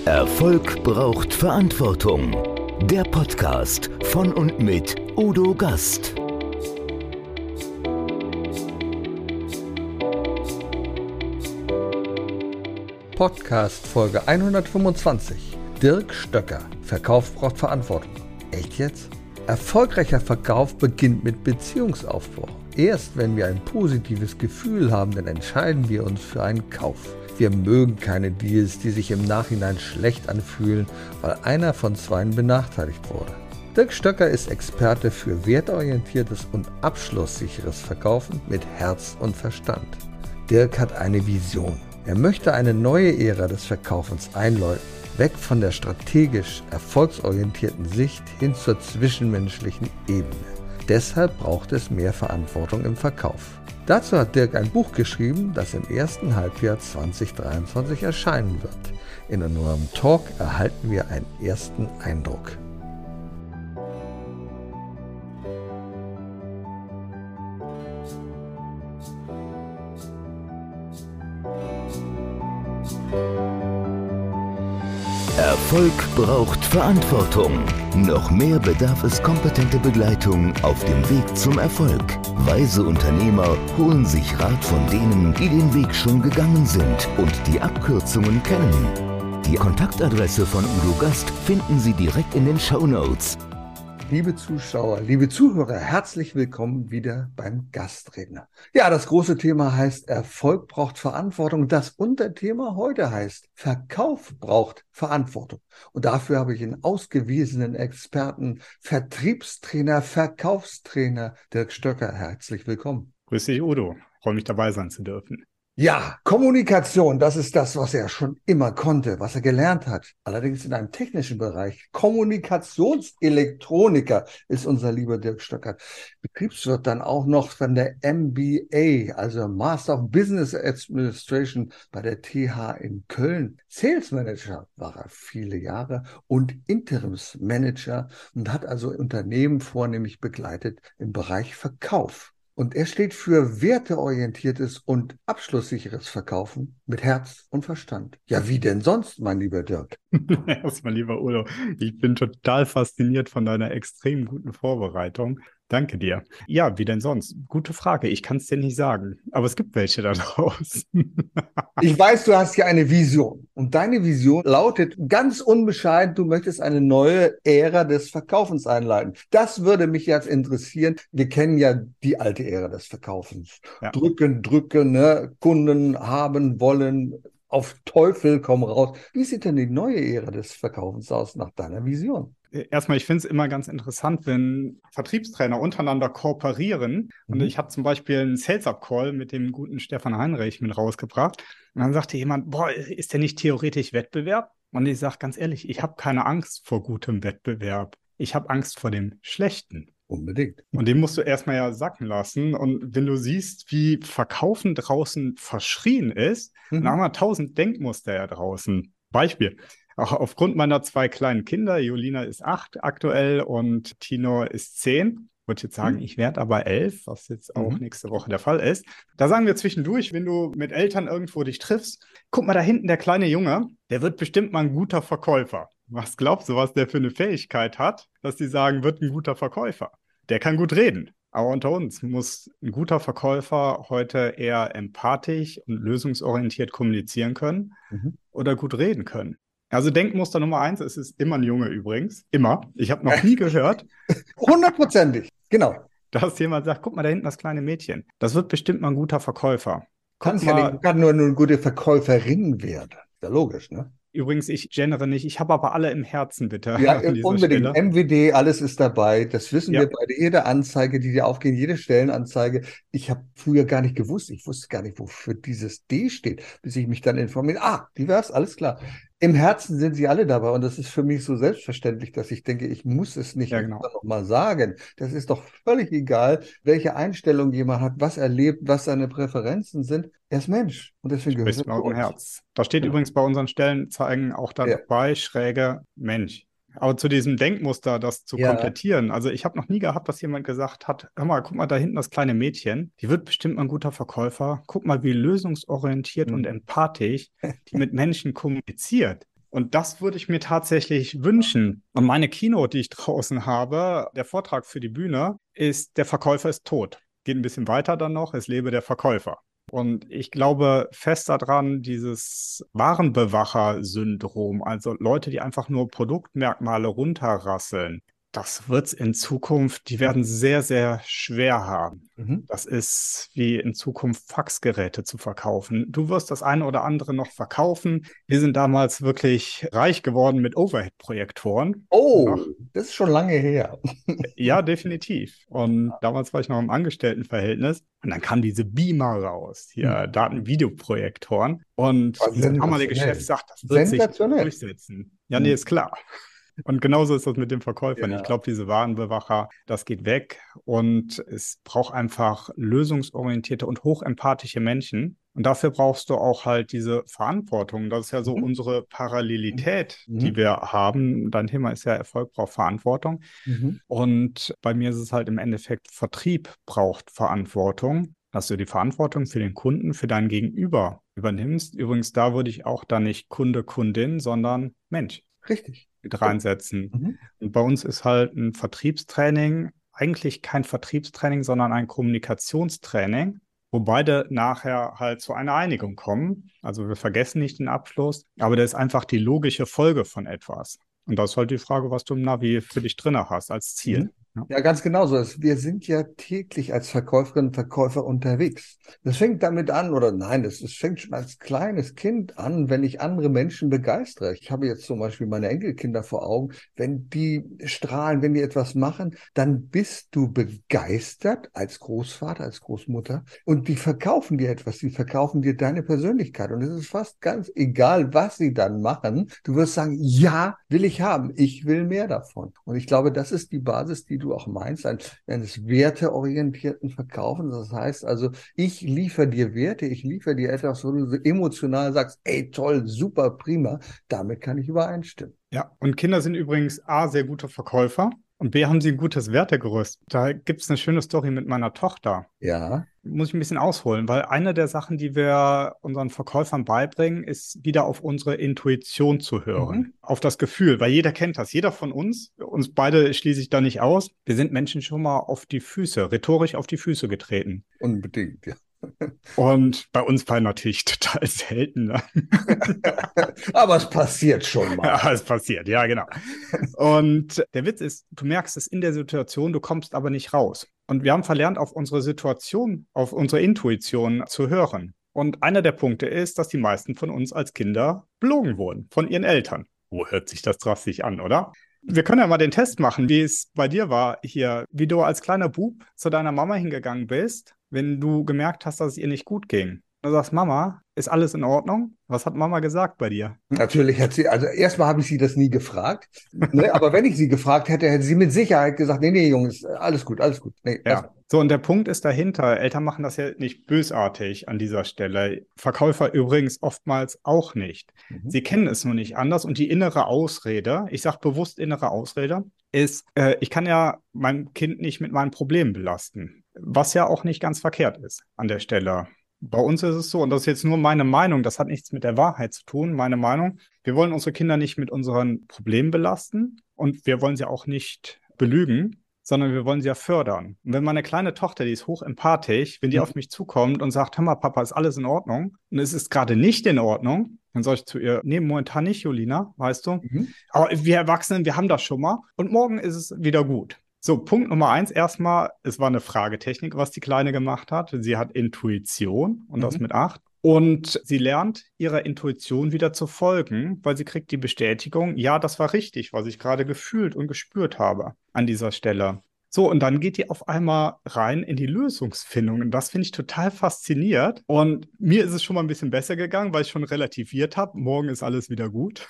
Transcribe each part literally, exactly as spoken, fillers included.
Erfolg braucht Verantwortung. Der Podcast von und mit Udo Gast. Podcast Folge hundertfünfundzwanzig. Dirk Stöcker. Verkauf braucht Verantwortung. Echt jetzt? Erfolgreicher Verkauf beginnt mit Beziehungsaufbau. Erst wenn wir ein positives Gefühl haben, dann entscheiden wir uns für einen Kauf. Wir mögen keine Deals, die sich im Nachhinein schlecht anfühlen, weil einer von zweien benachteiligt wurde. Dirk Stöcker ist Experte für wertorientiertes und abschlusssicheres Verkaufen mit Herz und Verstand. Dirk hat eine Vision. Er möchte eine neue Ära des Verkaufens einläuten, weg von der strategisch erfolgsorientierten Sicht hin zur zwischenmenschlichen Ebene. Deshalb braucht es mehr Verantwortung im Verkauf. Dazu hat Dirk ein Buch geschrieben, das im ersten Halbjahr zweitausenddreiundzwanzig erscheinen wird. In unserem Talk erhalten wir einen ersten Eindruck. Erfolg braucht Verantwortung. Noch mehr bedarf es kompetente Begleitung auf dem Weg zum Erfolg. Weise Unternehmer holen sich Rat von denen, die den Weg schon gegangen sind und die Abkürzungen kennen. Die Kontaktadresse von Udo Gast finden Sie direkt in den Shownotes. Liebe Zuschauer, liebe Zuhörer, herzlich willkommen wieder beim Gastredner. Ja, das große Thema heißt Erfolg braucht Verantwortung. Das Unterthema heute heißt Verkauf braucht Verantwortung. Und dafür habe ich einen ausgewiesenen Experten, Vertriebstrainer, Verkaufstrainer, Dirk Stöcker. Herzlich willkommen. Grüß dich, Udo. Freue mich, dabei sein zu dürfen. Ja, Kommunikation, das ist das, was er schon immer konnte, was er gelernt hat. Allerdings in einem technischen Bereich. Kommunikationselektroniker ist unser lieber Dirk Stöcker. Betriebswirt dann auch noch von der M B A, also Master of Business Administration bei der T H in Köln. Sales Manager war er viele Jahre und Interimsmanager und hat also Unternehmen vornehmlich begleitet im Bereich Verkauf. Und er steht für werteorientiertes und abschlusssicheres Verkaufen mit Herz und Verstand. Ja, wie denn sonst, mein lieber Dirk? Erstmal, lieber Udo, ich bin total fasziniert von deiner extrem guten Vorbereitung. Danke dir. Ja, wie denn sonst? Gute Frage. Ich kann es dir nicht sagen, aber es gibt welche da draußen. Ich weiß, du hast ja eine Vision. Und deine Vision lautet ganz unbescheiden, du möchtest eine neue Ära des Verkaufens einleiten. Das würde mich jetzt interessieren. Wir kennen ja die alte Ära des Verkaufens. Ja. Drücken, drücken, ne? Kunden haben wollen, auf Teufel komm raus. Wie sieht denn die neue Ära des Verkaufens aus nach deiner Vision? Erstmal, ich finde es immer ganz interessant, wenn Vertriebstrainer untereinander kooperieren. Mhm. Und ich habe zum Beispiel einen Sales-Up-Call mit dem guten Stefan Heinrich mit rausgebracht. Und dann sagte jemand, boah, ist der nicht theoretisch Wettbewerb? Und ich sage ganz ehrlich, ich habe keine Angst vor gutem Wettbewerb. Ich habe Angst vor dem Schlechten. Unbedingt. Und den musst du erstmal ja sacken lassen. Und wenn du siehst, wie Verkaufen draußen verschrien ist, mhm. dann haben wir tausend Denkmuster ja draußen. Beispiel. Auch aufgrund meiner zwei kleinen Kinder, Julina ist acht aktuell und Tino ist zehn. Ich würde jetzt sagen, mhm. ich werde aber elf, was jetzt auch mhm. nächste Woche der Fall ist. Da sagen wir zwischendurch, wenn du mit Eltern irgendwo dich triffst, guck mal da hinten, der kleine Junge, der wird bestimmt mal ein guter Verkäufer. Was glaubst du, was der für eine Fähigkeit hat, dass die sagen, wird ein guter Verkäufer? Der kann gut reden. Aber unter uns muss ein guter Verkäufer heute eher empathisch und lösungsorientiert kommunizieren können mhm. oder gut reden können. Also Denkmuster Nummer eins, es ist immer ein Junge übrigens. Immer. Ich habe noch nie gehört. Hundertprozentig, genau. Dass jemand sagt, guck mal, da hinten das kleine Mädchen. Das wird bestimmt mal ein guter Verkäufer. Kann ja nicht, kann nur eine gute Verkäuferin werden. Ist ja logisch, ne? Übrigens, ich gendere nicht. Ich habe aber alle im Herzen, bitte. Ja, unbedingt. Stelle. M W D, alles ist dabei. Das wissen ja. wir bei jeder Anzeige, die dir aufgehen, jede Stellenanzeige. Ich habe früher gar nicht gewusst. Ich wusste gar nicht, wofür dieses D steht, bis ich mich dann informiere. Ah, divers, alles klar. Im Herzen sind sie alle dabei und das ist für mich so selbstverständlich, dass ich denke, ich muss es nicht ja, genau. noch mal sagen. Das ist doch völlig egal, welche Einstellung jemand hat, was er lebt, was seine Präferenzen sind. Er ist Mensch und deswegen gehört er zu uns. Herz. Da steht ja. übrigens bei unseren Stellenzeigen auch dabei, ja. schräge Mensch. Aber zu diesem Denkmuster, das zu ja. komplettieren, also ich habe noch nie gehabt, dass jemand gesagt hat, hör mal, guck mal da hinten das kleine Mädchen, die wird bestimmt mal ein guter Verkäufer, guck mal, wie lösungsorientiert mhm. und empathisch die mit Menschen kommuniziert. Und das würde ich mir tatsächlich wünschen. Und meine Keynote, die ich draußen habe, der Vortrag für die Bühne, ist, der Verkäufer ist tot. Geht ein bisschen weiter dann noch, es lebe der Verkäufer. Und ich glaube fest daran, dieses Warenbewacher-Syndrom, also Leute, die einfach nur Produktmerkmale runterrasseln, das wird es in Zukunft, die werden sehr, sehr schwer haben. Mhm. Das ist wie in Zukunft Faxgeräte zu verkaufen. Du wirst das eine oder andere noch verkaufen. Wir sind damals wirklich reich geworden mit Overhead-Projektoren. Oh, Ach, das ist schon lange her. Ja, definitiv. Und damals war ich noch im Angestelltenverhältnis. Und dann kamen diese Beamer raus, hier mhm. Daten-Videoprojektoren. Und unser damaliger Chef sagt, das wird sich durchsetzen. Ja, nee, ist klar. Und genauso ist das mit den Verkäufern. Ja. Ich glaube, diese Warenbewacher, das geht weg. Und es braucht einfach lösungsorientierte und hochempathische Menschen. Und dafür brauchst du auch halt diese Verantwortung. Das ist ja so mhm. unsere Parallelität, mhm. die wir haben. Dein Thema ist ja, Erfolg braucht Verantwortung. Mhm. Und bei mir ist es halt im Endeffekt, Vertrieb braucht Verantwortung. Dass du die Verantwortung für den Kunden, für dein Gegenüber übernimmst. Übrigens, da würde ich auch dann nicht Kunde, Kundin, sondern Mensch. Richtig. Mit reinsetzen. Mhm. Und bei uns ist halt ein Vertriebstraining eigentlich kein Vertriebstraining, sondern ein Kommunikationstraining, wo beide nachher halt zu einer Einigung kommen. Also wir vergessen nicht den Abschluss, aber das ist einfach die logische Folge von etwas. Und das ist halt die Frage, was du im Navi für dich drin hast als Ziel. Mhm. Ja. ja, ganz genau so. Wir sind ja täglich als Verkäuferinnen und Verkäufer unterwegs. Das fängt damit an, oder nein, das, das fängt schon als kleines Kind an, wenn ich andere Menschen begeistere. Ich habe jetzt zum Beispiel meine Enkelkinder vor Augen. Wenn die strahlen, wenn die etwas machen, dann bist du begeistert als Großvater, als Großmutter. Und die verkaufen dir etwas. Die verkaufen dir deine Persönlichkeit. Und es ist fast ganz egal, was sie dann machen. Du wirst sagen, ja, will ich haben. Ich will mehr davon. Und ich glaube, das ist die Basis, die du auch meinst, eines werteorientierten Verkaufens. Das heißt also, ich liefere dir Werte, ich liefere dir etwas, wo du so emotional sagst, ey, toll, super, prima, damit kann ich übereinstimmen. Ja, und Kinder sind übrigens A, sehr gute Verkäufer und B, haben sie ein gutes Wertegerüst. Da gibt es eine schöne Story mit meiner Tochter. Ja. Muss ich ein bisschen ausholen, weil eine der Sachen, die wir unseren Verkäufern beibringen, ist wieder auf unsere Intuition zu hören, mhm. auf das Gefühl, weil jeder kennt das, jeder von uns, uns beide schließe ich da nicht aus, wir sind Menschen schon mal auf die Füße, rhetorisch auf die Füße getreten. Unbedingt, ja. Und bei uns beiden natürlich total selten. Ne? Aber es passiert schon mal. Ja, es passiert, ja, genau. Und der Witz ist, du merkst es in der Situation, du kommst aber nicht raus. Und wir haben verlernt, auf unsere Situation, auf unsere Intuition zu hören. Und einer der Punkte ist, dass die meisten von uns als Kinder belogen wurden von ihren Eltern. Oh, hört sich das drastisch an, oder? Wir können ja mal den Test machen, wie es bei dir war hier, wie du als kleiner Bub zu deiner Mama hingegangen bist, wenn du gemerkt hast, dass es ihr nicht gut ging. Du sagst, Mama, ist alles in Ordnung? Was hat Mama gesagt bei dir? Natürlich hat sie, also erstmal habe ich sie das nie gefragt, ne? Aber wenn ich sie gefragt hätte, hätte sie mit Sicherheit gesagt, nee, nee, Jungs, alles gut, alles gut. Nee, ja. So, und der Punkt ist dahinter, Eltern machen das ja nicht bösartig an dieser Stelle. Verkäufer übrigens oftmals auch nicht. Mhm. Sie kennen es nur nicht anders und die innere Ausrede, ich sage bewusst innere Ausrede, ist, äh, ich kann ja mein Kind nicht mit meinen Problemen belasten, was ja auch nicht ganz verkehrt ist an der Stelle. Bei uns ist es so, und das ist jetzt nur meine Meinung, das hat nichts mit der Wahrheit zu tun, meine Meinung. Wir wollen unsere Kinder nicht mit unseren Problemen belasten und wir wollen sie auch nicht belügen, sondern wir wollen sie ja fördern. Und wenn meine kleine Tochter, die ist hochempathisch, wenn die mhm. auf mich zukommt und sagt, hör mal, Papa, ist alles in Ordnung? Und es ist gerade nicht in Ordnung, dann sage ich zu ihr, nee, momentan nicht, Julina, weißt du? Mhm. Aber wir Erwachsenen, wir haben das schon mal und morgen ist es wieder gut. So, Punkt Nummer eins, erstmal, es war eine Fragetechnik, was die Kleine gemacht hat. Sie hat Intuition und mhm. das mit acht. Und sie lernt, ihrer Intuition wieder zu folgen, weil sie kriegt die Bestätigung, ja, das war richtig, was ich gerade gefühlt und gespürt habe an dieser Stelle. So, und dann geht die auf einmal rein in die Lösungsfindung. Und das finde ich total fasziniert. Und mir ist es schon mal ein bisschen besser gegangen, weil ich schon relativiert habe. Morgen ist alles wieder gut.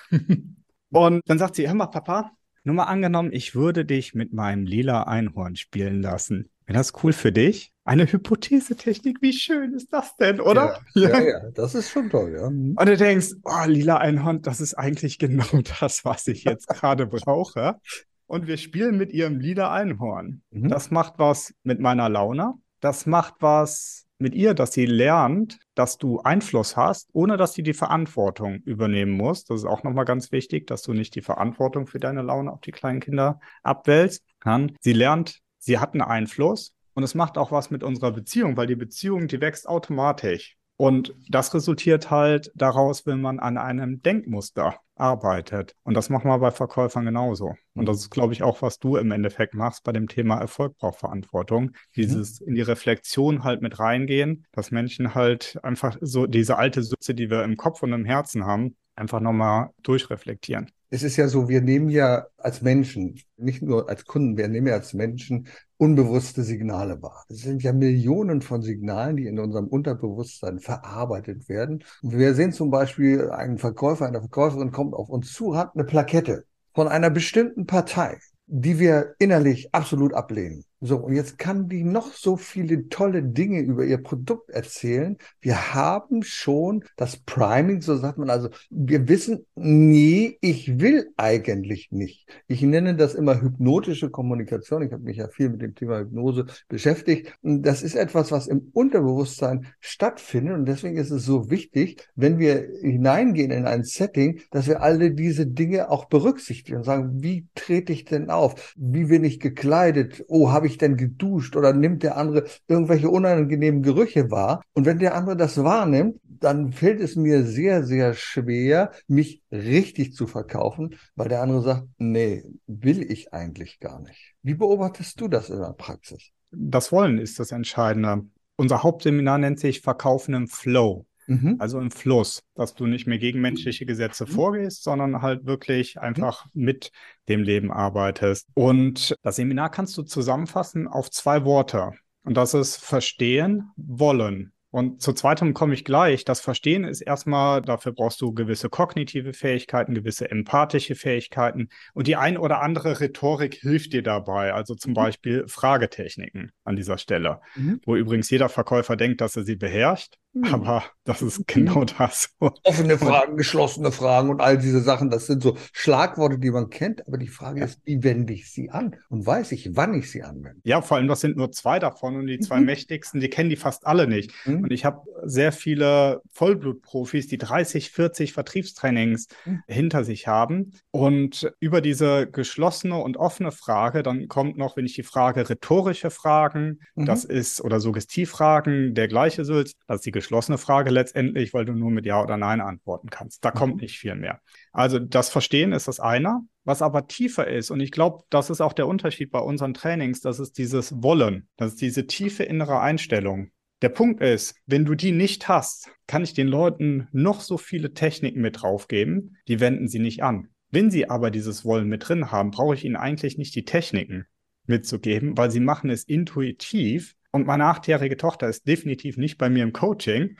Und dann sagt sie, hör mal, Papa, nur mal angenommen, ich würde dich mit meinem lila Einhorn spielen lassen. Wäre das cool für dich? Eine Hypothesetechnik, wie schön ist das denn, oder? Ja, ja, ja, das ist schon toll, ja. Und du denkst, oh, lila Einhorn, das ist eigentlich genau das, was ich jetzt gerade brauche. Und wir spielen mit ihrem lila Einhorn. Mhm. Das macht was mit meiner Laune. Das macht was mit ihr, dass sie lernt, dass du Einfluss hast, ohne dass sie die Verantwortung übernehmen muss. Das ist auch nochmal ganz wichtig, dass du nicht die Verantwortung für deine Laune auf die kleinen Kinder abwälzt. Sie lernt, sie hat einen Einfluss und es macht auch was mit unserer Beziehung, weil die Beziehung, die wächst automatisch. Und das resultiert halt daraus, wenn man an einem Denkmuster arbeitet. Und das machen wir bei Verkäufern genauso. Und das ist, glaube ich, auch, was du im Endeffekt machst bei dem Thema Erfolg braucht Verantwortung. Dieses in die Reflexion halt mit reingehen, dass Menschen halt einfach so diese alte Sitze, die wir im Kopf und im Herzen haben, einfach nochmal durchreflektieren. Es ist ja so, wir nehmen ja als Menschen, nicht nur als Kunden, wir nehmen ja als Menschen unbewusste Signale wahr. Es sind ja Millionen von Signalen, die in unserem Unterbewusstsein verarbeitet werden. Und wir sehen zum Beispiel, einen Verkäufer, eine Verkäuferin kommt auf uns zu, hat eine Plakette von einer bestimmten Partei, die wir innerlich absolut ablehnen. So, und jetzt kann die noch so viele tolle Dinge über ihr Produkt erzählen. Wir haben schon das Priming, so sagt man, also wir wissen, nee, ich will eigentlich nicht. Ich nenne das immer hypnotische Kommunikation. Ich habe mich ja viel mit dem Thema Hypnose beschäftigt. Und das ist etwas, was im Unterbewusstsein stattfindet. Und deswegen ist es so wichtig, wenn wir hineingehen in ein Setting, dass wir alle diese Dinge auch berücksichtigen und sagen, wie trete ich denn auf? Wie bin ich gekleidet? Oh, habe ich denn geduscht oder nimmt der andere irgendwelche unangenehmen Gerüche wahr? Und wenn der andere das wahrnimmt, dann fällt es mir sehr, sehr schwer, mich richtig zu verkaufen, weil der andere sagt, nee, will ich eigentlich gar nicht. Wie beobachtest du das in der Praxis? Das Wollen ist das Entscheidende. Unser Hauptseminar nennt sich Verkaufen im Flow. Mhm. Also im Fluss, dass du nicht mehr gegen menschliche Gesetze mhm. vorgehst, sondern halt wirklich einfach mhm. mit dem Leben arbeitest. Und das Seminar kannst du zusammenfassen auf zwei Worte. Und das ist Verstehen, Wollen. Und zu zweitem komme ich gleich. Das Verstehen ist erstmal, dafür brauchst du gewisse kognitive Fähigkeiten, gewisse empathische Fähigkeiten. Und die ein oder andere Rhetorik hilft dir dabei. Also zum Beispiel Fragetechniken an dieser Stelle, mhm. wo übrigens jeder Verkäufer denkt, dass er sie beherrscht. Mhm. Aber das ist genau das. Offene Fragen, geschlossene Fragen und all diese Sachen, das sind so Schlagworte, die man kennt. Aber die Frage ja. ist, wie wende ich sie an? Und weiß ich, wann ich sie anwende? Ja, vor allem, das sind nur zwei davon und die zwei mhm. mächtigsten, die kennen die fast alle nicht. Mhm. Und ich habe sehr viele Vollblutprofis, die dreißig, vierzig Vertriebstrainings mhm. hinter sich haben. Und über diese geschlossene und offene Frage, dann kommt noch, wenn ich die Frage rhetorische Fragen, mhm. das ist, oder Suggestivfragen, der gleiche Sülz, das ist die geschlossene Frage letztendlich, weil du nur mit Ja oder Nein antworten kannst. Da mhm. kommt nicht viel mehr. Also das Verstehen ist das eine. Was aber tiefer ist, und ich glaube, das ist auch der Unterschied bei unseren Trainings, das ist dieses Wollen, das ist diese tiefe innere Einstellung. Der Punkt ist, wenn du die nicht hast, kann ich den Leuten noch so viele Techniken mit draufgeben, die wenden sie nicht an. Wenn sie aber dieses Wollen mit drin haben, brauche ich ihnen eigentlich nicht die Techniken mitzugeben, weil sie machen es intuitiv. Und meine achtjährige Tochter ist definitiv nicht bei mir im Coaching.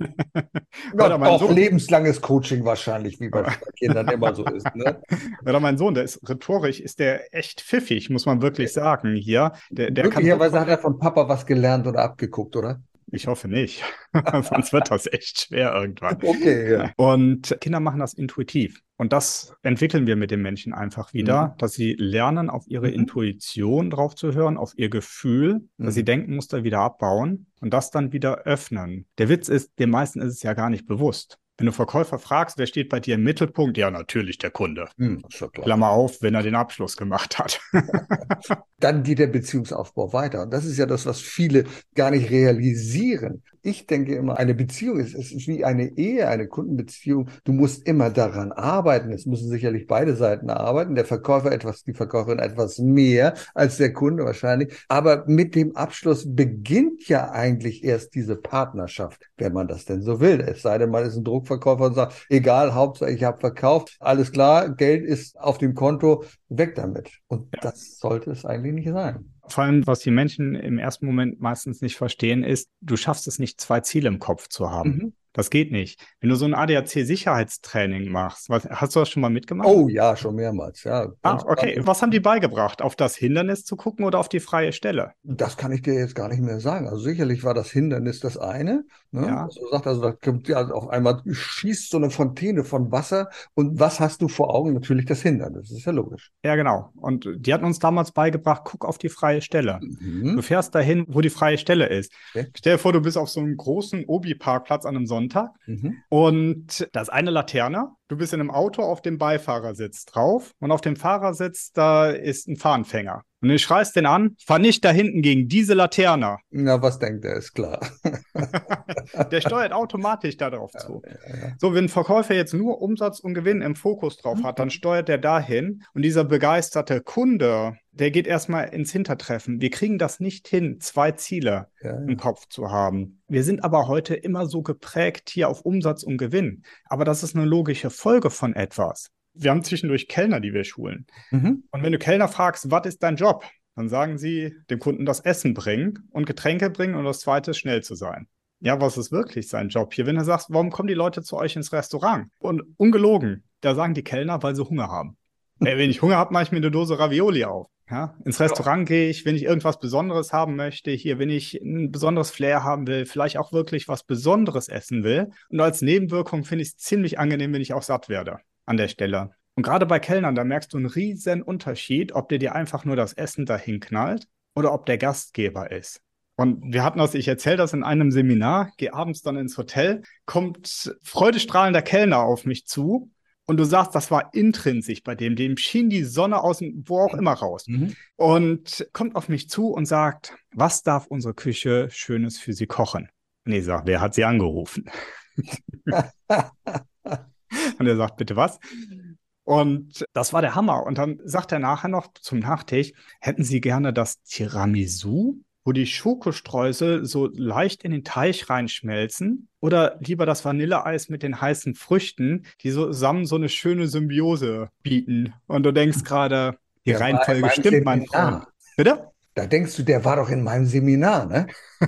Ja, auch Sohn, lebenslanges Coaching wahrscheinlich, wie bei Kindern immer so ist. Ne? Oder mein Sohn, der ist rhetorisch, ist der echt pfiffig, muss man wirklich sagen hier. Der, der Möglicherweise kann, hat er von Papa was gelernt oder abgeguckt, oder? Ich hoffe nicht. Sonst wird das echt schwer irgendwann. Okay, ja. Und Kinder machen das intuitiv. Und das entwickeln wir mit den Menschen einfach wieder, mhm. dass sie lernen, auf ihre mhm. Intuition drauf zu hören, auf ihr Gefühl, dass mhm. sie Denkmuster wieder abbauen und das dann wieder öffnen. Der Witz ist, den meisten ist es ja gar nicht bewusst. Wenn du Verkäufer fragst, wer steht bei dir im Mittelpunkt? Ja, natürlich der Kunde. Hm, Klammer auf, wenn er den Abschluss gemacht hat. Dann geht der Beziehungsaufbau weiter. Und das ist ja das, was viele gar nicht realisieren. Ich denke immer, eine Beziehung ist, ist wie eine Ehe, eine Kundenbeziehung. Du musst immer daran arbeiten. Es müssen sicherlich beide Seiten arbeiten. Der Verkäufer etwas, die Verkäuferin etwas mehr als der Kunde wahrscheinlich. Aber mit dem Abschluss beginnt ja eigentlich erst diese Partnerschaft, wenn man das denn so will. Es sei denn, man ist ein Druckverkäufer und sagt, egal, Hauptsache ich habe verkauft, alles klar, Geld ist auf dem Konto, weg damit. Und ja. das sollte es eigentlich nicht sein. Vor allem, was die Menschen im ersten Moment meistens nicht verstehen, ist, du schaffst es nicht, zwei Ziele im Kopf zu haben. Mhm. Das geht nicht. Wenn du so ein A D A C-Sicherheitstraining machst, was, hast du das schon mal mitgemacht? Oh ja, schon mehrmals, ja. Ah, okay. Was haben die beigebracht? Auf das Hindernis zu gucken oder auf die freie Stelle? Das kann ich dir jetzt gar nicht mehr sagen. Also sicherlich war das Hindernis das eine. Ne? Ja. Was du sagst, also da kommt ja auf einmal schießt so eine Fontäne von Wasser und was hast du vor Augen? Natürlich das Hindernis. Das ist ja logisch. Ja, genau. Und die hatten uns damals beigebracht, guck auf die freie Stelle. Mhm. Du fährst dahin, wo die freie Stelle ist. Okay. Stell dir vor, du bist auf so einem großen Obi-Parkplatz an einem Sonntag Mhm. und da ist eine Laterne. Du bist in einem Auto auf dem Beifahrersitz drauf und auf dem Fahrersitz, da ist ein Fahranfänger. Und du schreist den an, fahr nicht da hinten gegen diese Laterne. Na, was denkt er, ist klar. Der steuert automatisch darauf zu. Ja, ja, ja. So, wenn ein Verkäufer jetzt nur Umsatz und Gewinn im Fokus drauf hat, dann steuert der dahin und dieser begeisterte Kunde, der geht erstmal ins Hintertreffen. Wir kriegen das nicht hin, zwei Ziele Ja, ja. im Kopf zu haben. Wir sind aber heute immer so geprägt hier auf Umsatz und Gewinn. Aber das ist eine logische Folge von etwas. Wir haben zwischendurch Kellner, die wir schulen. Mhm. Und wenn du Kellner fragst, was ist dein Job? Dann sagen sie, dem Kunden das Essen bringen und Getränke bringen und das zweite ist, schnell zu sein. Ja, was ist wirklich sein Job hier? Wenn du sagst, warum kommen die Leute zu euch ins Restaurant? Und ungelogen, da sagen die Kellner, weil sie Hunger haben. Ey, wenn ich Hunger habe, mache ich mir eine Dose Ravioli auf. Ja, ins Restaurant gehe ich, wenn ich irgendwas Besonderes haben möchte, hier, wenn ich ein besonderes Flair haben will, vielleicht auch wirklich was Besonderes essen will. Und als Nebenwirkung finde ich es ziemlich angenehm, wenn ich auch satt werde an der Stelle. Und gerade bei Kellnern, da merkst du einen riesen Unterschied, ob der dir einfach nur das Essen dahin knallt oder ob der Gastgeber ist. Und wir hatten das, ich erzähle das in einem Seminar, gehe abends dann ins Hotel, kommt freudestrahlender Kellner auf mich zu und du sagst, das war intrinsisch bei dem, dem schien die Sonne aus dem, wo auch immer raus. Mhm. Und kommt auf mich zu und sagt, was darf unsere Küche Schönes für Sie kochen? Und ich sage, wer hat Sie angerufen? Und er sagt, bitte was? Und das war der Hammer. Und dann sagt er nachher noch zum Nachtisch, hätten Sie gerne das Tiramisu, wo die Schokostreusel so leicht in den Teig reinschmelzen? Oder lieber das Vanilleeis mit den heißen Früchten, die so zusammen so eine schöne Symbiose bieten? Und du denkst gerade, die Der war in Reihenfolge meinem stimmt, mein Seminar. Freund. Bitte? Da denkst du, der war doch in meinem Seminar, ne?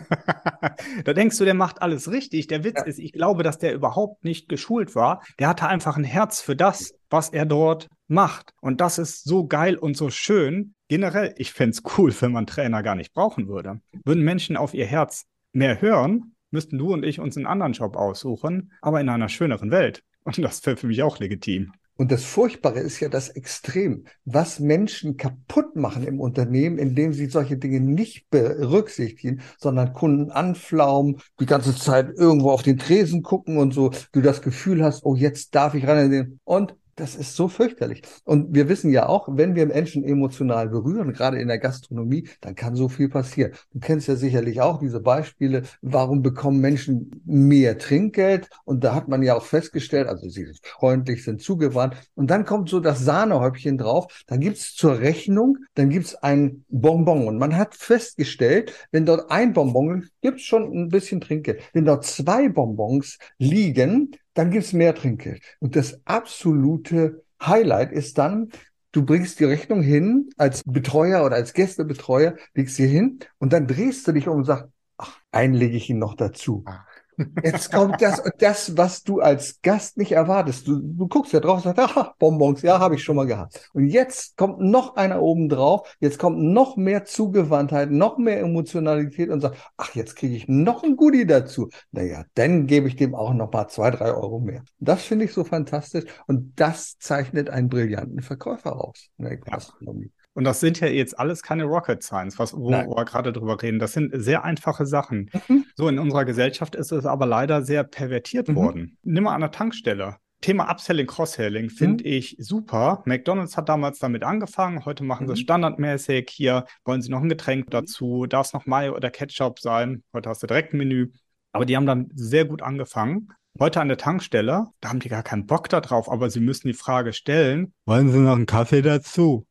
Da denkst du, der macht alles richtig. Der Witz Ja. ist, ich glaube, dass der überhaupt nicht geschult war. Der hatte einfach ein Herz für das, was er dort macht. Und das ist so geil und so schön. Generell, ich fände es cool, wenn man Trainer gar nicht brauchen würde. Würden Menschen auf ihr Herz mehr hören, müssten du und ich uns einen anderen Job aussuchen, aber in einer schöneren Welt. Und das wäre für mich auch legitim. Und das Furchtbare ist ja das Extrem, was Menschen kaputt machen im Unternehmen, indem sie solche Dinge nicht berücksichtigen, sondern Kunden anflaumen, die ganze Zeit irgendwo auf den Tresen gucken und so, du das Gefühl hast, oh, jetzt darf ich rein. Und das ist so fürchterlich. Und wir wissen ja auch, wenn wir Menschen emotional berühren, gerade in der Gastronomie, dann kann so viel passieren. Du kennst ja sicherlich auch diese Beispiele, warum bekommen Menschen mehr Trinkgeld? Und da hat man ja auch festgestellt, also sie sind freundlich, sind zugewandt. Und dann kommt so das Sahnehäubchen drauf. Dann gibt's zur Rechnung, dann gibt's ein Bonbon. Und man hat festgestellt, wenn dort ein Bonbon, gibt's schon ein bisschen Trinkgeld. Wenn dort zwei Bonbons liegen, dann gibt's mehr Trinkgeld. Und das absolute Highlight ist dann, du bringst die Rechnung hin als Betreuer oder als Gästebetreuer, legst sie hin und dann drehst du dich um und sagst, ach, einen lege ich Ihnen noch dazu. Jetzt kommt das, das, was du als Gast nicht erwartest. Du, du guckst ja drauf und sagst, aha, Bonbons, ja, habe ich schon mal gehabt. Und jetzt kommt noch einer oben drauf, jetzt kommt noch mehr Zugewandtheit, noch mehr Emotionalität und sagt, ach, jetzt kriege ich noch ein Goodie dazu. Naja, dann gebe ich dem auch noch mal zwei, drei Euro mehr. Das finde ich so fantastisch und das zeichnet einen brillanten Verkäufer aus in der Gastronomie. Und das sind ja jetzt alles keine Rocket Science, was, wo Nein. wir gerade drüber reden. Das sind sehr einfache Sachen. Mhm. So, in unserer Gesellschaft ist es aber leider sehr pervertiert Mhm. worden. Nimm mal an der Tankstelle. Thema Upselling, Cross-Selling finde Mhm. ich super. McDonald's hat damals damit angefangen. Heute machen sie es Mhm. standardmäßig. Hier wollen sie noch ein Getränk dazu. Darf es noch Mayo oder Ketchup sein? Heute hast du direkt ein Menü. Aber die haben dann sehr gut angefangen. Heute an der Tankstelle, da haben die gar keinen Bock da drauf, aber sie müssen die Frage stellen, wollen sie noch einen Kaffee dazu?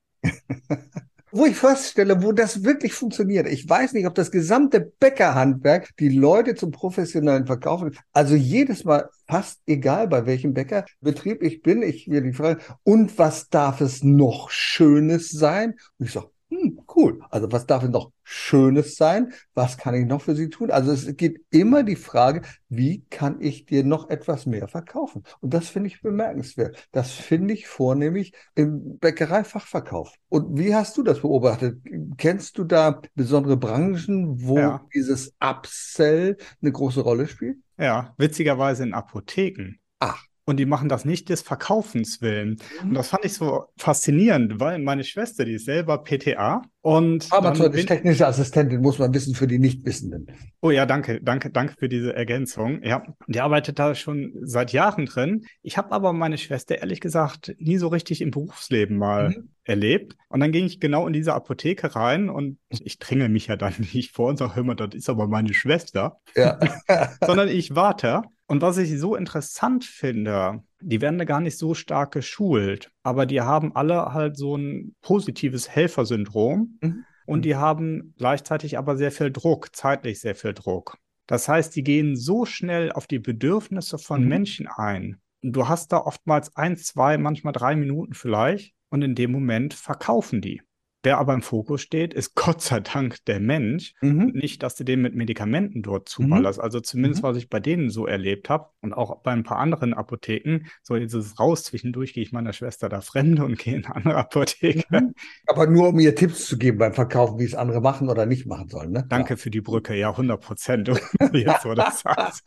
Wo ich feststelle, wo das wirklich funktioniert. Ich weiß nicht, ob das gesamte Bäckerhandwerk die Leute zum professionellen Verkaufen, also jedes Mal, fast egal bei welchem Bäckerbetrieb ich bin, ich will die Frage, und was darf es noch Schönes sein? Und ich sage, hm, Cool. Also was darf noch Schönes sein? Was kann ich noch für Sie tun? Also es geht immer die Frage, wie kann ich dir noch etwas mehr verkaufen? Und das finde ich bemerkenswert. Das finde ich vornehmlich im Bäckereifachverkauf. Und wie hast du das beobachtet? Kennst du da besondere Branchen, wo Ja, dieses Upsell eine große Rolle spielt? ja, witzigerweise in Apotheken. Ach. Und die machen das nicht des Verkaufens willen. Und Mhm. das fand ich so faszinierend, weil meine Schwester, die ist selber P T A. Und dann bin, Pharmazeutisch-technische Assistentin muss man wissen für die Nichtwissenden. oh ja, danke, danke, danke für diese Ergänzung. Ja, die arbeitet da schon seit Jahren drin. Ich habe aber meine Schwester ehrlich gesagt nie so richtig im Berufsleben mal Mhm. erlebt. Und dann ging ich genau in diese Apotheke rein und ich drängel mich ja dann nicht vor und sage, hör mal, das ist aber meine Schwester, Ja. sondern ich warte. Und was ich so interessant finde, die werden da gar nicht so stark geschult, aber die haben alle halt so ein positives Helfersyndrom Mhm. und die haben gleichzeitig aber sehr viel Druck, zeitlich sehr viel Druck. Das heißt, die gehen so schnell auf die Bedürfnisse von Mhm. Menschen ein. Und du hast da oftmals ein, zwei, manchmal drei Minuten vielleicht und in dem Moment verkaufen die. Wer aber im Fokus steht, ist Gott sei Dank der Mensch. Mhm. Und nicht, dass du den mit Medikamenten dort Mhm. zuballerst. Also zumindest, Mhm. was ich bei denen so erlebt habe und auch bei ein paar anderen Apotheken. So jetzt ist es raus, zwischendurch gehe ich meiner Schwester da fremde und gehe in eine andere Apotheke. Mhm. Aber nur um ihr Tipps zu geben beim Verkaufen, wie es andere machen oder nicht machen sollen. Ne? Danke für die Brücke, ja, hundert Prozent. Jetzt, wo das sagst.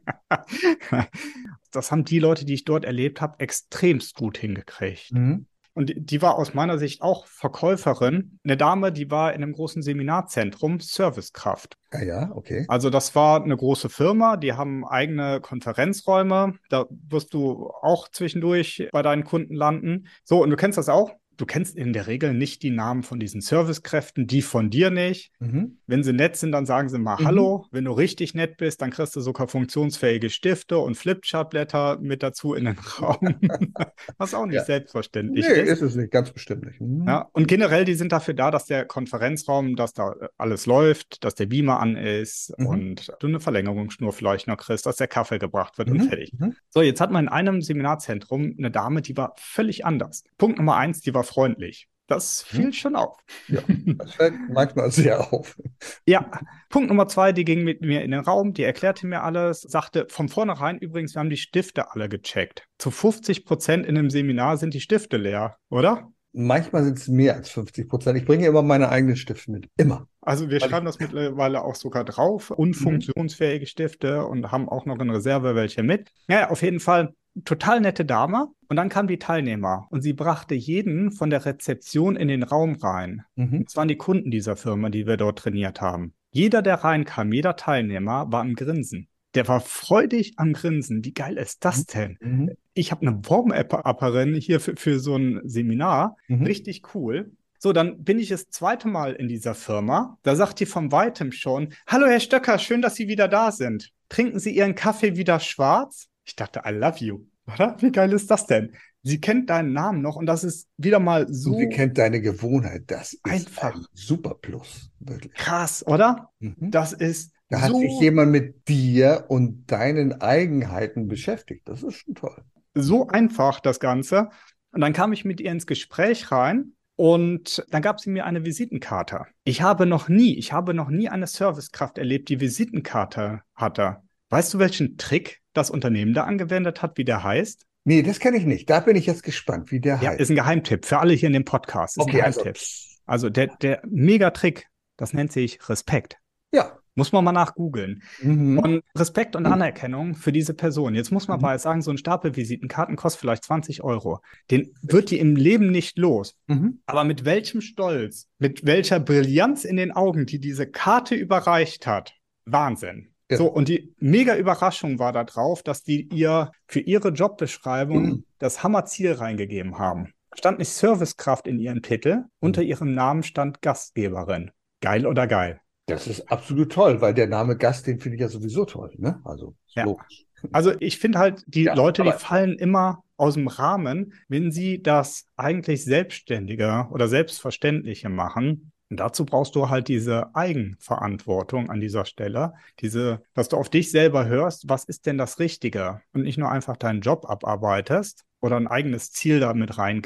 Das haben die Leute, die ich dort erlebt habe, extremst gut hingekriegt. Mhm. Und die, die war aus meiner Sicht auch Verkäuferin. Eine Dame, die war in einem großen Seminarzentrum Servicekraft. Ja, ja, okay. Also das war eine große Firma, die haben eigene Konferenzräume. Da wirst du auch zwischendurch bei deinen Kunden landen. So, und du kennst das auch. Du kennst in der Regel nicht die Namen von diesen Servicekräften, die von dir nicht. Mhm. Wenn sie nett sind, dann sagen sie mal Mhm. Hallo. Wenn du richtig nett bist, dann kriegst du sogar funktionsfähige Stifte und Flipchartblätter mit dazu in den Raum. Was auch nicht Ja. selbstverständlich Nee, ist. ist es nicht, ganz bestimmt nicht. Mhm. Ja, und generell, die sind dafür da, dass der Konferenzraum, dass da äh, alles läuft, dass der Beamer an ist Mhm. und du eine Verlängerungsschnur vielleicht noch kriegst, dass der Kaffee gebracht wird und Mhm. fertig. Mhm. So, jetzt hat man in einem Seminarzentrum eine Dame, die war völlig anders. Punkt Nummer eins, die war freundlich. Das fiel Mhm. schon auf. Ja, das fällt manchmal sehr auf. Ja, Punkt Nummer zwei, die ging mit mir in den Raum, die erklärte mir alles, sagte von vornherein übrigens, wir haben die Stifte alle gecheckt. Zu fünfzig Prozent in einem Seminar sind die Stifte leer, oder? Manchmal sind es mehr als fünfzig Prozent. Ich bringe immer meine eigenen Stifte mit. Immer. Also wir Weil schreiben das mittlerweile auch sogar drauf, unfunktionsfähige Stifte und haben auch noch in Reserve welche mit. Naja, auf jeden Fall total nette Dame. Und dann kamen die Teilnehmer und sie brachte jeden von der Rezeption in den Raum rein. Mhm. Das waren die Kunden dieser Firma, die wir dort trainiert haben. Jeder, der reinkam, jeder Teilnehmer war am Grinsen. Der war freudig am Grinsen. Wie geil ist das denn? Mhm. Ich habe eine Warm-Upperin hier für, für so ein Seminar. Mhm. Richtig cool. So, dann bin ich das zweite Mal in dieser Firma. Da sagt die von weitem schon, hallo Herr Stöcker, schön, dass Sie wieder da sind. Trinken Sie Ihren Kaffee wieder schwarz? Ich dachte, I love you. Oder? Wie geil ist das denn? Sie kennt deinen Namen noch und das ist wieder mal so Und sie kennt deine Gewohnheit. Das ist einfach. ein super Plus. Wirklich. Krass, oder? Mhm. Das ist Da hat so, sich jemand mit dir und deinen Eigenheiten beschäftigt. Das ist schon toll. so einfach, das Ganze. Und dann kam ich mit ihr ins Gespräch rein. Und dann gab sie mir eine Visitenkarte. Ich habe noch nie, ich habe noch nie eine Servicekraft erlebt, die Visitenkarte hatte. Weißt du, welchen Trick das Unternehmen da angewendet hat, wie der heißt? Nee, das kenne ich nicht. Da bin ich jetzt gespannt, wie der Ja, heißt. ist ein Geheimtipp für alle hier in dem Podcast. Ist Okay, ein also, Geheimtipp. Also der, der Megatrick, das nennt sich Respekt. ja. Muss man mal nachgoogeln. Mhm. Und Respekt und Anerkennung für diese Person. Jetzt muss man Mhm. mal sagen, so ein Stapel Visitenkarten kostet vielleicht zwanzig Euro. Den wird die im Leben nicht los. Mhm. Aber mit welchem Stolz, mit welcher Brillanz in den Augen, die diese Karte überreicht hat. Wahnsinn. Ja. So, und die mega Überraschung war da drauf, dass die ihr für ihre Jobbeschreibung Mhm. das Hammerziel reingegeben haben. Stand nicht Servicekraft in ihrem Titel, unter ihrem Namen stand Gastgeberin. Geil oder geil? Das ist absolut toll, weil der Name Gast, den finde ich ja sowieso toll. Ne? Also, ist Ja. logisch. Also ich finde halt, die Ja, Leute, die aber- fallen immer aus dem Rahmen, wenn sie das eigentlich Selbstständige oder Selbstverständliche machen. Und dazu brauchst du halt diese Eigenverantwortung an dieser Stelle, diese, dass du auf dich selber hörst, was ist denn das Richtige? Und nicht nur einfach deinen Job abarbeitest oder ein eigenes Ziel damit reingibst,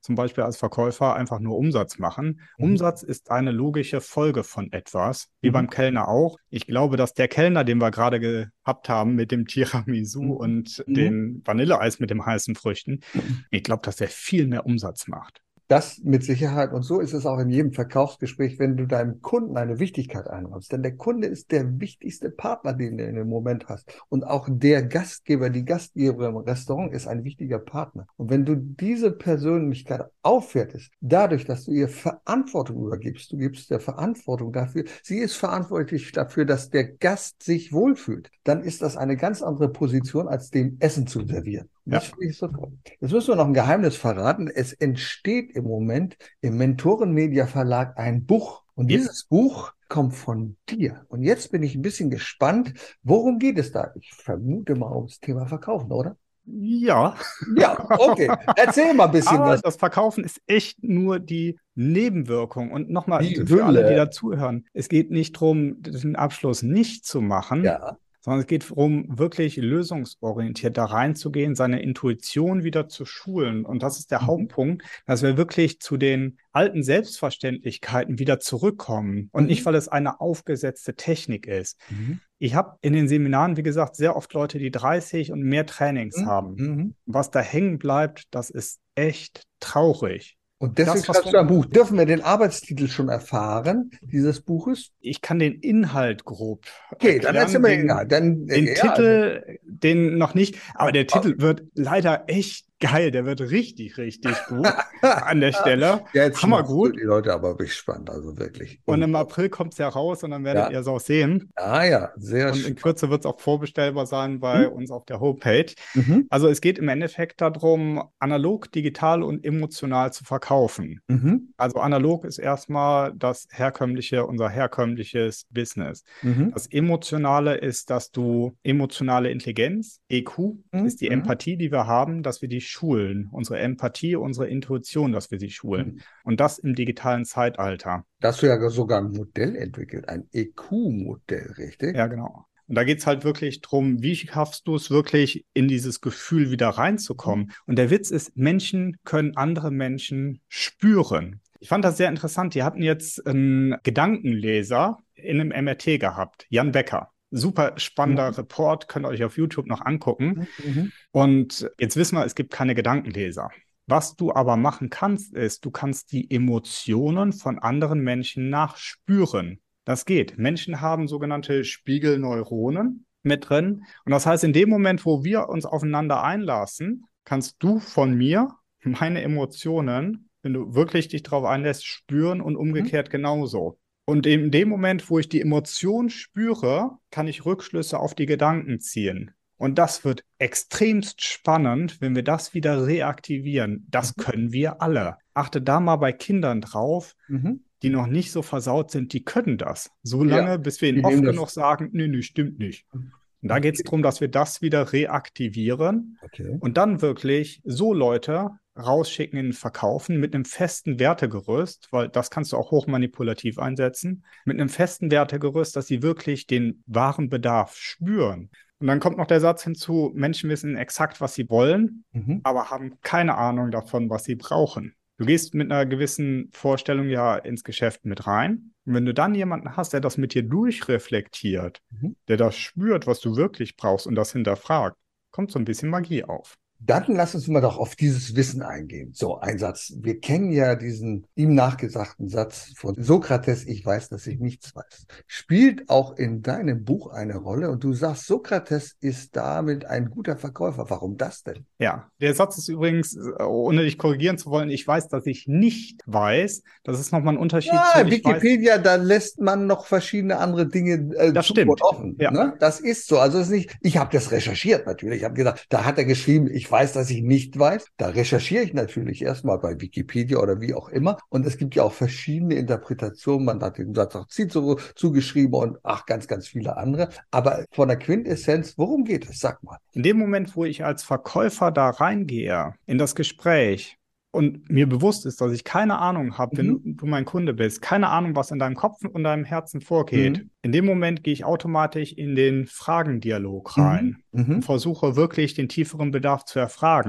zum Beispiel als Verkäufer einfach nur Umsatz machen. Mhm. Umsatz ist eine logische Folge von etwas, wie Mhm. beim Kellner auch. Ich glaube, dass der Kellner, den wir gerade gehabt haben mit dem Tiramisu Mhm. und Mhm. den Vanilleeis mit den heißen Früchten, ich glaube, dass der viel mehr Umsatz macht. Das mit Sicherheit. Und so ist es auch in jedem Verkaufsgespräch, wenn du deinem Kunden eine Wichtigkeit einräumst. Denn der Kunde ist der wichtigste Partner, den du in dem Moment hast. Und auch der Gastgeber, die Gastgeberin im Restaurant ist ein wichtiger Partner. Und wenn du diese Persönlichkeit aufwertest, dadurch, dass du ihr Verantwortung übergibst, du gibst der Verantwortung dafür, sie ist verantwortlich dafür, dass der Gast sich wohlfühlt, dann ist das eine ganz andere Position, als dem Essen zu servieren. Das Ja. finde ich so toll. Jetzt müssen wir noch ein Geheimnis verraten. Es entsteht im Moment im Mentoren Media Verlag ein Buch. Und Ja. dieses Buch kommt von dir. Und jetzt bin ich ein bisschen gespannt, worum geht es da? Ich vermute mal ums Thema Verkaufen, oder? Ja. Ja, okay. Erzähl mal ein bisschen Aber was. das Verkaufen ist echt nur die Nebenwirkung. Und nochmal Die für alle, die Hülle. dazuhören, es geht nicht darum, den Abschluss nicht zu machen, Ja. sondern es geht darum, wirklich lösungsorientiert da reinzugehen, seine Intuition wieder zu schulen. Und das ist der Mhm. Hauptpunkt, dass wir wirklich zu den alten Selbstverständlichkeiten wieder zurückkommen und Mhm. nicht, weil es eine aufgesetzte Technik ist. Mhm. Ich habe in den Seminaren, wie gesagt, sehr oft Leute, die dreißig und mehr Trainings Mhm. haben. Mhm. Was da hängen bleibt, das ist echt traurig. Und deswegen Das, was schreibst du ein Buch. Dürfen wir den Arbeitstitel schon erfahren, dieses Buches? Ich kann den Inhalt grob Okay, dann erklären. erzähl mir den Den, Inhalt. Dann, den ja, Titel, den noch nicht, aber der Titel wird leider echt geil. Der wird richtig, richtig gut an der Stelle. Jetzt machst du Hammergut. die Leute aber gespannt, also wirklich. Und im April kommt es ja raus und dann werdet Ja. ihr es auch sehen. Ah ja, sehr Und in spannend. Kürze wird es auch vorbestellbar sein bei Mhm. uns auf der Homepage. Mhm. Also es geht im Endeffekt darum, analog, digital und emotional zu verkaufen. Mhm. Also analog ist erstmal das herkömmliche, unser herkömmliches Business. Mhm. Das Emotionale ist, dass du emotionale Intelligenz, E Q, Mhm. ist die Empathie, die wir haben, dass wir die schulen. Unsere Empathie, unsere Intuition, dass wir sie schulen. Mhm. Und das im digitalen Zeitalter. Da hast du ja sogar ein Modell entwickelt, ein E Q-Modell, richtig? Ja, genau. Und da geht es halt wirklich drum, wie schaffst du es wirklich, in dieses Gefühl wieder reinzukommen? Und der Witz ist, Menschen können andere Menschen spüren. Ich fand das sehr interessant. Die hatten jetzt einen Gedankenleser in einem M R T gehabt, Jan Becker. Super spannender Mhm. Report, könnt ihr euch auf YouTube noch angucken. Mhm. Und jetzt wissen wir, es gibt keine Gedankenleser. Was du aber machen kannst, ist, du kannst die Emotionen von anderen Menschen nachspüren. Das geht. Menschen haben sogenannte Spiegelneuronen mit drin. Und das heißt, in dem Moment, wo wir uns aufeinander einlassen, kannst du von mir meine Emotionen, wenn du wirklich dich darauf einlässt, spüren und umgekehrt genauso. Und in dem Moment, wo ich die Emotion spüre, kann ich Rückschlüsse auf die Gedanken ziehen. Und das wird extremst spannend, wenn wir das wieder reaktivieren. Das können wir alle. Achte da mal bei Kindern drauf, Mhm. die noch nicht so versaut sind, die können das. So lange, Ja, bis wir die ihnen oft nehmen das- genug sagen, nee, nee, stimmt nicht. Und da geht es darum, dass wir das wieder reaktivieren Okay. und dann wirklich so Leute rausschicken in den Verkaufen mit einem festen Wertegerüst, weil das kannst du auch hochmanipulativ einsetzen, mit einem festen Wertegerüst, dass sie wirklich den wahren Bedarf spüren. Und dann kommt noch der Satz hinzu, Menschen wissen exakt, was sie wollen, Mhm. aber haben keine Ahnung davon, was sie brauchen. Du gehst mit einer gewissen Vorstellung ja ins Geschäft mit rein. Und wenn du dann jemanden hast, der das mit dir durchreflektiert, Mhm. der das spürt, was du wirklich brauchst und das hinterfragt, kommt so ein bisschen Magie auf. Dann lass uns mal doch auf dieses Wissen eingehen. So, ein Satz. Wir kennen ja diesen ihm nachgesagten Satz von Sokrates, ich weiß, dass ich nichts weiß. Spielt auch in deinem Buch eine Rolle und du sagst, Sokrates ist damit ein guter Verkäufer. Warum das denn? Ja, der Satz ist übrigens, ohne dich korrigieren zu wollen, ich weiß, dass ich nicht weiß. Das ist nochmal ein Unterschied Ja, zu ich weiß. Wikipedia, da lässt man noch verschiedene andere Dinge äh, Das zu stimmt, und offen. ja. Ne? Das ist so. Also es ist nicht, ich habe das recherchiert natürlich. Ich habe gesagt, da hat er geschrieben, ich weiß, dass ich nicht weiß. Da recherchiere ich natürlich erstmal bei Wikipedia oder wie auch immer. Und es gibt ja auch verschiedene Interpretationen. Man hat den Satz auch Cicero zugeschrieben und ach, ganz, ganz viele andere. Aber von der Quintessenz, worum geht es? Sag mal. In dem Moment, wo ich als Verkäufer da reingehe in das Gespräch und mir bewusst ist, dass ich keine Ahnung habe, wenn Mhm. du, du mein Kunde bist, keine Ahnung, was in deinem Kopf und deinem Herzen vorgeht, Mhm. in dem Moment gehe ich automatisch in den Fragendialog rein Mhm. und versuche wirklich den tieferen Bedarf zu erfragen.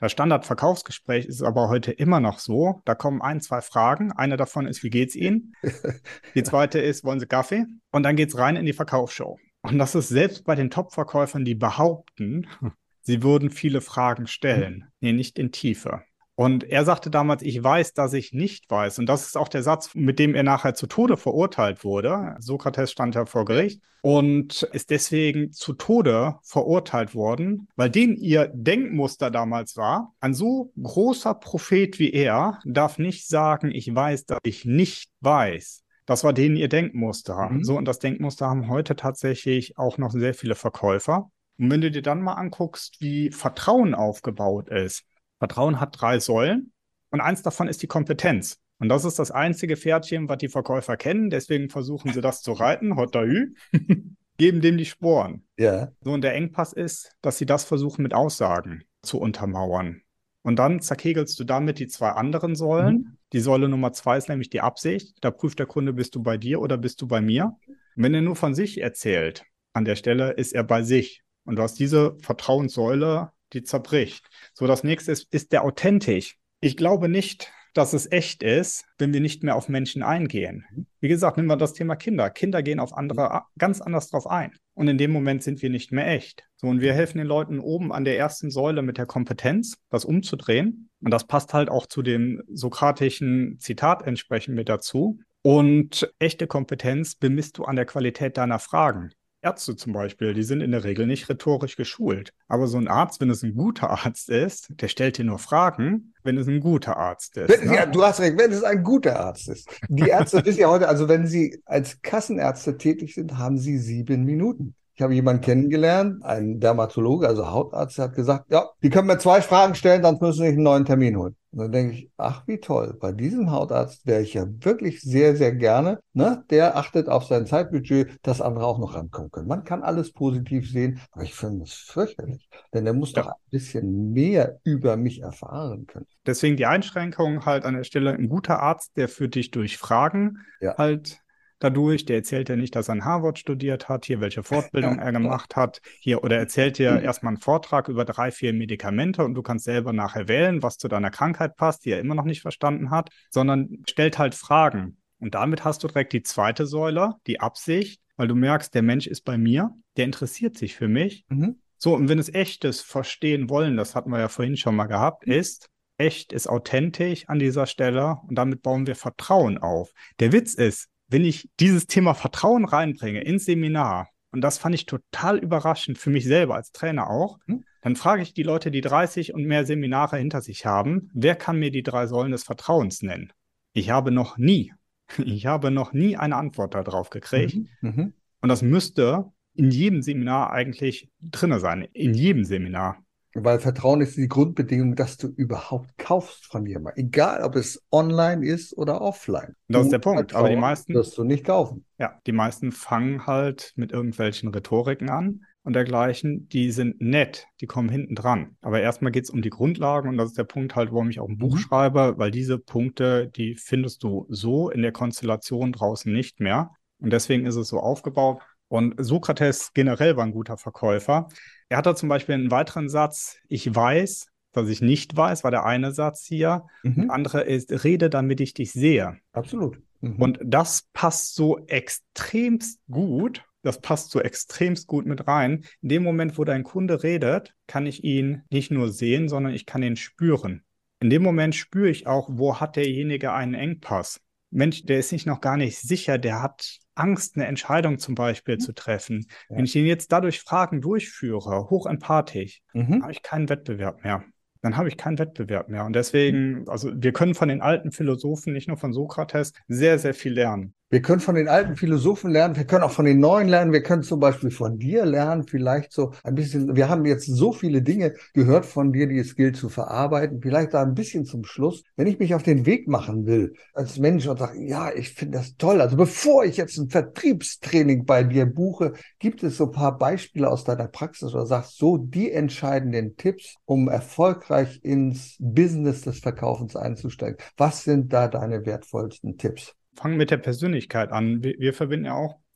Das Standardverkaufsgespräch ist aber heute immer noch so, da kommen ein, zwei Fragen. Eine davon ist, wie geht's Ihnen? Die zweite ist, wollen Sie Kaffee? Und dann geht's rein in die Verkaufsshow. Und das ist selbst bei den Top-Verkäufern, die behaupten, sie würden viele Fragen stellen. Nee, nicht in Tiefe. Und er sagte damals, ich weiß, dass ich nicht weiß. Und das ist auch der Satz, mit dem er nachher zu Tode verurteilt wurde. Sokrates stand ja vor Gericht und ist deswegen zu Tode verurteilt worden, weil den ihr Denkmuster damals war, ein so großer Prophet wie er darf nicht sagen, ich weiß, dass ich nicht weiß. Das war denen ihr Denkmuster. Mhm. So, und das Denkmuster haben heute tatsächlich auch noch sehr viele Verkäufer. Und wenn du dir dann mal anguckst, wie Vertrauen aufgebaut ist, Vertrauen hat drei Säulen und eins davon ist die Kompetenz. Und das ist das einzige Pferdchen, was die Verkäufer kennen. Deswegen versuchen sie das zu reiten, Hotahü, geben dem die Sporen. Ja. So, und der Engpass ist, dass sie das versuchen mit Aussagen zu untermauern. Und dann zerkegelst du damit die zwei anderen Säulen. Mhm. Die Säule Nummer zwei ist nämlich die Absicht. Da prüft der Kunde, bist du bei dir oder bist du bei mir? Und wenn er nur von sich erzählt, an der Stelle ist er bei sich. Und du hast diese Vertrauenssäule, die zerbricht. So, das nächste ist, ist der authentisch. Ich glaube nicht, dass es echt ist, wenn wir nicht mehr auf Menschen eingehen. Wie gesagt, nehmen wir das Thema Kinder. Kinder gehen auf andere ganz anders drauf ein. Und in dem Moment sind wir nicht mehr echt. So, und wir helfen den Leuten oben an der ersten Säule mit der Kompetenz, das umzudrehen. Und das passt halt auch zu dem sokratischen Zitat entsprechend mit dazu. Und echte Kompetenz bemisst du an der Qualität deiner Fragen. Ärzte zum Beispiel, die sind in der Regel nicht rhetorisch geschult. Aber so ein Arzt, wenn es ein guter Arzt ist, der stellt dir nur Fragen, wenn es ein guter Arzt ist. Wenn, ne? Ja, du hast recht, wenn es ein guter Arzt ist. Die Ärzte wissen ja heute, also wenn sie als Kassenärzte tätig sind, haben sie sieben Minuten. Ich habe jemanden kennengelernt, einen Dermatologe, also Hautarzt, der hat gesagt, ja, die können mir zwei Fragen stellen, dann müssen sie sich einen neuen Termin holen. Und dann denke ich, ach wie toll, bei diesem Hautarzt wäre ich ja wirklich sehr, sehr gerne, ne? Der achtet auf sein Zeitbudget, dass andere auch noch rankommen können. Man kann alles positiv sehen, aber ich finde das fürchterlich, denn der muss ja. doch ein bisschen mehr über mich erfahren können. Deswegen die Einschränkung halt an der Stelle, ein guter Arzt, der führt dich durch Fragen ja. halt dadurch, der erzählt ja nicht, dass er in Harvard studiert hat, hier welche Fortbildung er gemacht hat, hier oder erzählt dir erstmal einen Vortrag über drei, vier Medikamente und du kannst selber nachher wählen, was zu deiner Krankheit passt, die er immer noch nicht verstanden hat, sondern stellt halt Fragen. Und damit hast du direkt die zweite Säule, die Absicht, weil du merkst, der Mensch ist bei mir, der interessiert sich für mich. Mhm. So, und wenn es echtes Verstehen wollen, das hatten wir ja vorhin schon mal gehabt, ist, echt ist authentisch an dieser Stelle und damit bauen wir Vertrauen auf. Der Witz ist, wenn ich dieses Thema Vertrauen reinbringe ins Seminar, und das fand ich total überraschend für mich selber als Trainer auch, hm? dann frage ich die Leute, die dreißig und mehr Seminare hinter sich haben, wer kann mir die drei Säulen des Vertrauens nennen? Ich habe noch nie, ich habe noch nie eine Antwort darauf gekriegt. Mhm, mh. Und das müsste in jedem Seminar eigentlich drin sein, in jedem Seminar. Weil Vertrauen ist die Grundbedingung, dass du überhaupt kaufst von jemandem. Egal, ob es online ist oder offline. Das ist der Punkt. Aber die meisten wirst du nicht kaufen. Ja, die meisten fangen halt mit irgendwelchen Rhetoriken an und dergleichen. Die sind nett, die kommen hinten dran. Aber erstmal geht es um die Grundlagen und das ist der Punkt halt, warum ich auch ein Buch mhm. schreibe, weil diese Punkte, die findest du so in der Konstellation draußen nicht mehr. Und deswegen ist es so aufgebaut. Und Sokrates generell war ein guter Verkäufer. Er hatte zum Beispiel einen weiteren Satz, ich weiß, dass ich nicht weiß, war der eine Satz hier. Mhm. Der andere ist, rede, damit ich dich sehe. Absolut. Mhm. Und das passt so extremst gut, das passt so extremst gut mit rein. In dem Moment, wo dein Kunde redet, kann ich ihn nicht nur sehen, sondern ich kann ihn spüren. In dem Moment spüre ich auch, wo hat derjenige einen Engpass. Mensch, der ist sich noch gar nicht sicher, der hat Angst, eine Entscheidung zum Beispiel zu treffen. Ja. Wenn ich ihn jetzt dadurch Fragen durchführe, hochempathisch, mhm. habe ich keinen Wettbewerb mehr. Dann habe ich keinen Wettbewerb mehr. Und deswegen, also wir können von den alten Philosophen, nicht nur von Sokrates, sehr, sehr viel lernen. Wir können von den alten Philosophen lernen, wir können auch von den neuen lernen, wir können zum Beispiel von dir lernen, vielleicht so ein bisschen, wir haben jetzt so viele Dinge gehört von dir, die es gilt zu verarbeiten, vielleicht da ein bisschen zum Schluss, wenn ich mich auf den Weg machen will als Mensch und sage, ja, ich finde das toll, also bevor ich jetzt ein Vertriebstraining bei dir buche, gibt es so ein paar Beispiele aus deiner Praxis oder sagst so die entscheidenden Tipps, um erfolgreich ins Business des Verkaufens einzusteigen. Was sind da deine wertvollsten Tipps? Fangen mit der Persönlichkeit an. Wir, wir verbinden ja auch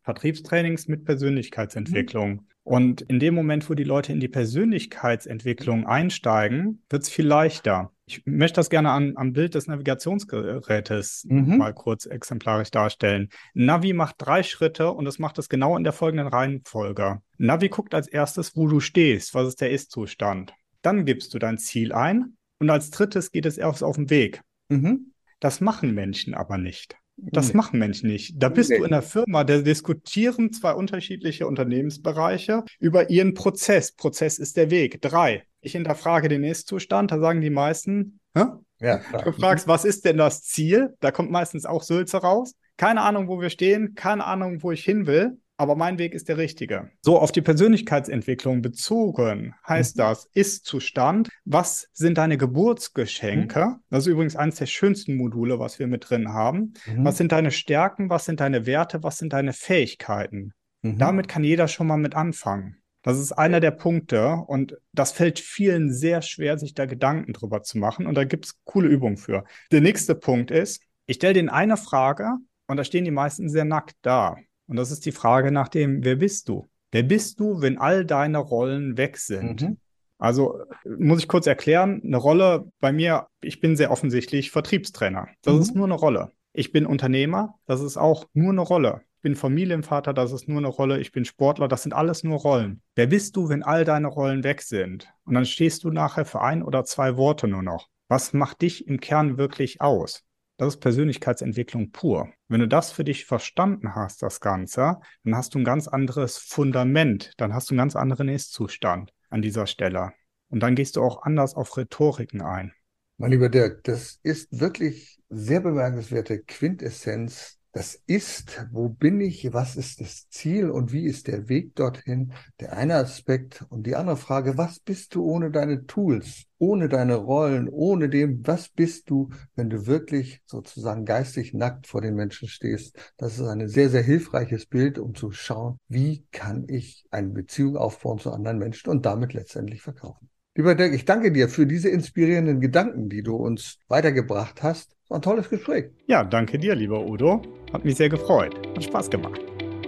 Vertriebstrainings mit Persönlichkeitsentwicklung. Mhm. Und in dem Moment, wo die Leute in die Persönlichkeitsentwicklung einsteigen, wird es viel leichter. Ich möchte das gerne an, am Bild des Navigationsgerätes mhm. mal kurz exemplarisch darstellen. Navi macht drei Schritte und es macht es genau in der folgenden Reihenfolge. Navi guckt als erstes, wo du stehst, was ist der Ist-Zustand. Dann gibst du dein Ziel ein und als drittes geht es erst auf den Weg. Mhm. Das machen Menschen aber nicht. Das nee. machen Menschen nicht. Da bist nee. du in der Firma, da diskutieren zwei unterschiedliche Unternehmensbereiche über ihren Prozess. Prozess ist der Weg. Drei. Ich hinterfrage den Ist-Zustand, da sagen die meisten, hä? Ja, du fragst, was ist denn das Ziel? Da kommt meistens auch Sülze raus. Keine Ahnung, wo wir stehen, keine Ahnung, wo ich hin will. Aber mein Weg ist der richtige. So, auf die Persönlichkeitsentwicklung bezogen heißt mhm. das Ist-Zustand. Was sind deine Geburtsgeschenke? Mhm. Das ist übrigens eines der schönsten Module, was wir mit drin haben. Mhm. Was sind deine Stärken? Was sind deine Werte? Was sind deine Fähigkeiten? Mhm. Damit kann jeder schon mal mit anfangen. Das ist einer der Punkte und das fällt vielen sehr schwer, sich da Gedanken drüber zu machen. Und da gibt es coole Übungen für. Der nächste Punkt ist, ich stelle denen eine Frage und da stehen die meisten sehr nackt da. Und das ist die Frage nach dem, wer bist du? Wer bist du, wenn all deine Rollen weg sind? Mhm. Also muss ich kurz erklären, eine Rolle bei mir, ich bin sehr offensichtlich Vertriebstrainer. Das mhm. ist nur eine Rolle. Ich bin Unternehmer, das ist auch nur eine Rolle. Ich bin Familienvater, das ist nur eine Rolle. Ich bin Sportler, das sind alles nur Rollen. Wer bist du, wenn all deine Rollen weg sind? Und dann stehst du nachher für ein oder zwei Worte nur noch. Was macht dich im Kern wirklich aus? Das ist Persönlichkeitsentwicklung pur. Wenn du das für dich verstanden hast, das Ganze, dann hast du ein ganz anderes Fundament, dann hast du einen ganz anderen Ist-Zustand an dieser Stelle. Und dann gehst du auch anders auf Rhetoriken ein. Mein lieber Dirk, das ist wirklich sehr bemerkenswerte Quintessenz. Das ist, wo bin ich, was ist das Ziel und wie ist der Weg dorthin? Der eine Aspekt und die andere Frage, was bist du ohne deine Tools, ohne deine Rollen, ohne dem, was bist du, wenn du wirklich sozusagen geistig nackt vor den Menschen stehst? Das ist ein sehr, sehr hilfreiches Bild, um zu schauen, wie kann ich eine Beziehung aufbauen zu anderen Menschen und damit letztendlich verkaufen. Lieber Dirk, ich danke dir für diese inspirierenden Gedanken, die du uns weitergebracht hast. Das war ein tolles Gespräch. Ja, danke dir, lieber Udo. Hat mich sehr gefreut. Hat Spaß gemacht.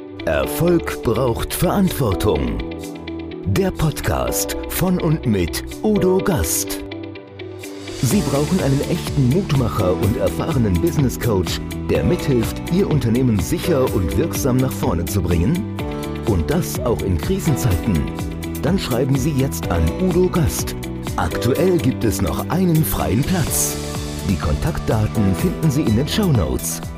Erfolg braucht Verantwortung. Der Podcast von und mit Udo Gast. Sie brauchen einen echten Mutmacher und erfahrenen Business Coach, der mithilft, Ihr Unternehmen sicher und wirksam nach vorne zu bringen? Und das auch in Krisenzeiten? Dann schreiben Sie jetzt an Udo Gast. Aktuell gibt es noch einen freien Platz. Die Kontaktdaten finden Sie in den Shownotes.